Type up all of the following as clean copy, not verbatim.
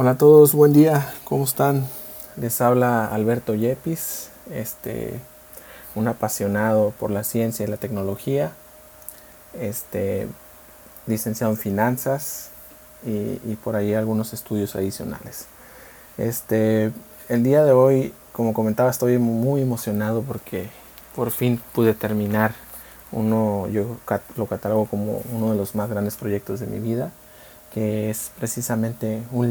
Hola a todos, buen día, ¿cómo están? Les habla Alberto Yepis, un apasionado por la ciencia y la tecnología, este, licenciado en finanzas y por ahí algunos estudios adicionales. El día de hoy, como comentaba, estoy muy emocionado porque por fin pude terminar yo lo catalogo como uno de los más grandes proyectos de mi vida, que es precisamente un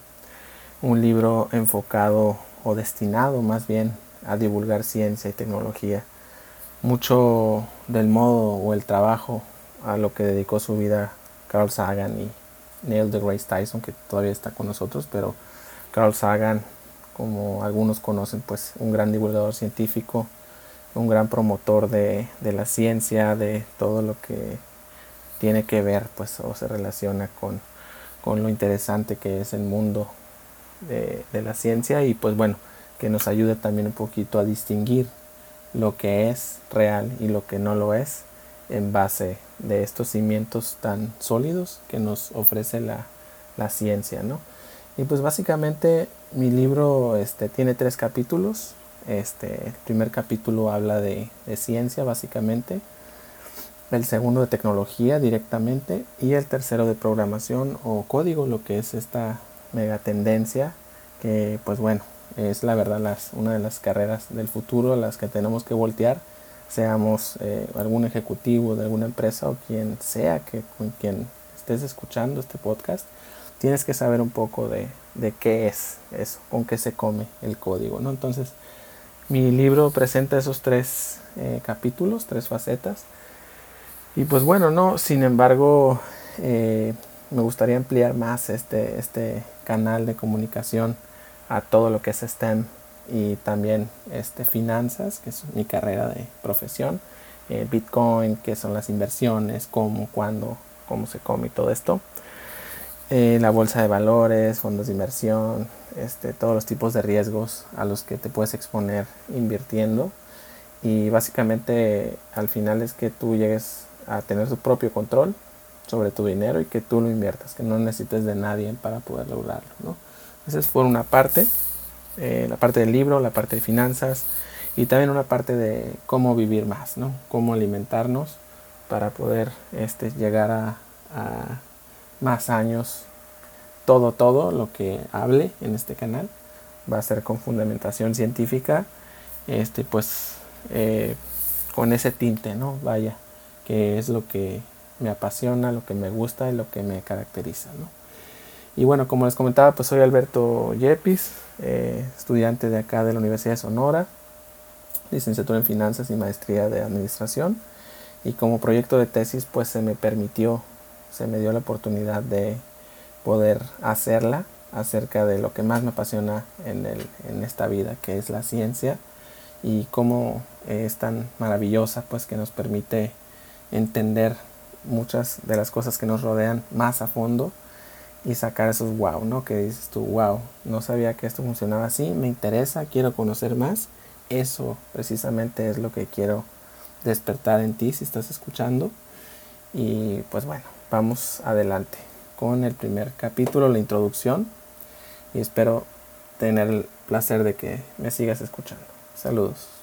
libro enfocado o destinado más bien a divulgar ciencia y tecnología. Mucho del modo o el trabajo a lo que dedicó su vida Carl Sagan y Neil deGrasse Tyson, que todavía está con nosotros, pero Carl Sagan, como algunos conocen, pues un gran divulgador científico, un gran promotor de la ciencia, de todo lo que tiene que ver pues o se relaciona con lo interesante que es el mundo de la ciencia, y pues bueno, que nos ayude también un poquito a distinguir lo que es real y lo que no lo es en base de estos cimientos tan sólidos que nos ofrece la ciencia, ¿no? Y pues básicamente mi libro tiene 3 capítulos. El primer capítulo habla de ciencia básicamente, el segundo de tecnología directamente, y el tercero de programación o código, lo que es esta mega tendencia que pues bueno, es la verdad una de las carreras del futuro a las que tenemos que voltear, seamos algún ejecutivo de alguna empresa o quien sea con quien estés escuchando este podcast. Tienes que saber un poco de qué es eso, con qué se come el código, ¿no? Entonces mi libro presenta esos 3 capítulos, 3 facetas. Y pues bueno, no, sin embargo, me gustaría ampliar más este canal de comunicación a todo lo que es STEM y también finanzas, que es mi carrera de profesión, Bitcoin, que son las inversiones, cómo, cuándo, cómo se come y todo esto, la bolsa de valores, fondos de inversión, todos los tipos de riesgos a los que te puedes exponer invirtiendo. Y básicamente al final es que tú llegues a tener tu propio control sobre tu dinero y que tú lo inviertas, que no necesites de nadie para poder lograrlo, ¿no? Esa es por una parte, la parte del libro, la parte de finanzas, y también una parte de cómo vivir más, ¿no? Cómo alimentarnos para poder llegar a más años. Todo lo que hable en este canal va a ser con fundamentación científica, pues con ese tinte, ¿no? Vaya, que es lo que me apasiona, lo que me gusta y lo que me caracteriza, ¿no? Y bueno, como les comentaba, pues soy Alberto Yepis, estudiante de acá de la Universidad de Sonora, licenciatura en Finanzas y maestría de Administración. Y como proyecto de tesis, pues se me dio la oportunidad de poder hacerla acerca de lo que más me apasiona en esta vida, que es la ciencia, y cómo es tan maravillosa, pues que nos permite entender muchas de las cosas que nos rodean más a fondo y sacar esos wow, ¿no? Que dices tú, wow, no sabía que esto funcionaba así, me interesa, quiero conocer más. Eso precisamente es lo que quiero despertar en ti si estás escuchando. Y pues bueno, vamos adelante con el primer capítulo, la introducción, y espero tener el placer de que me sigas escuchando. Saludos.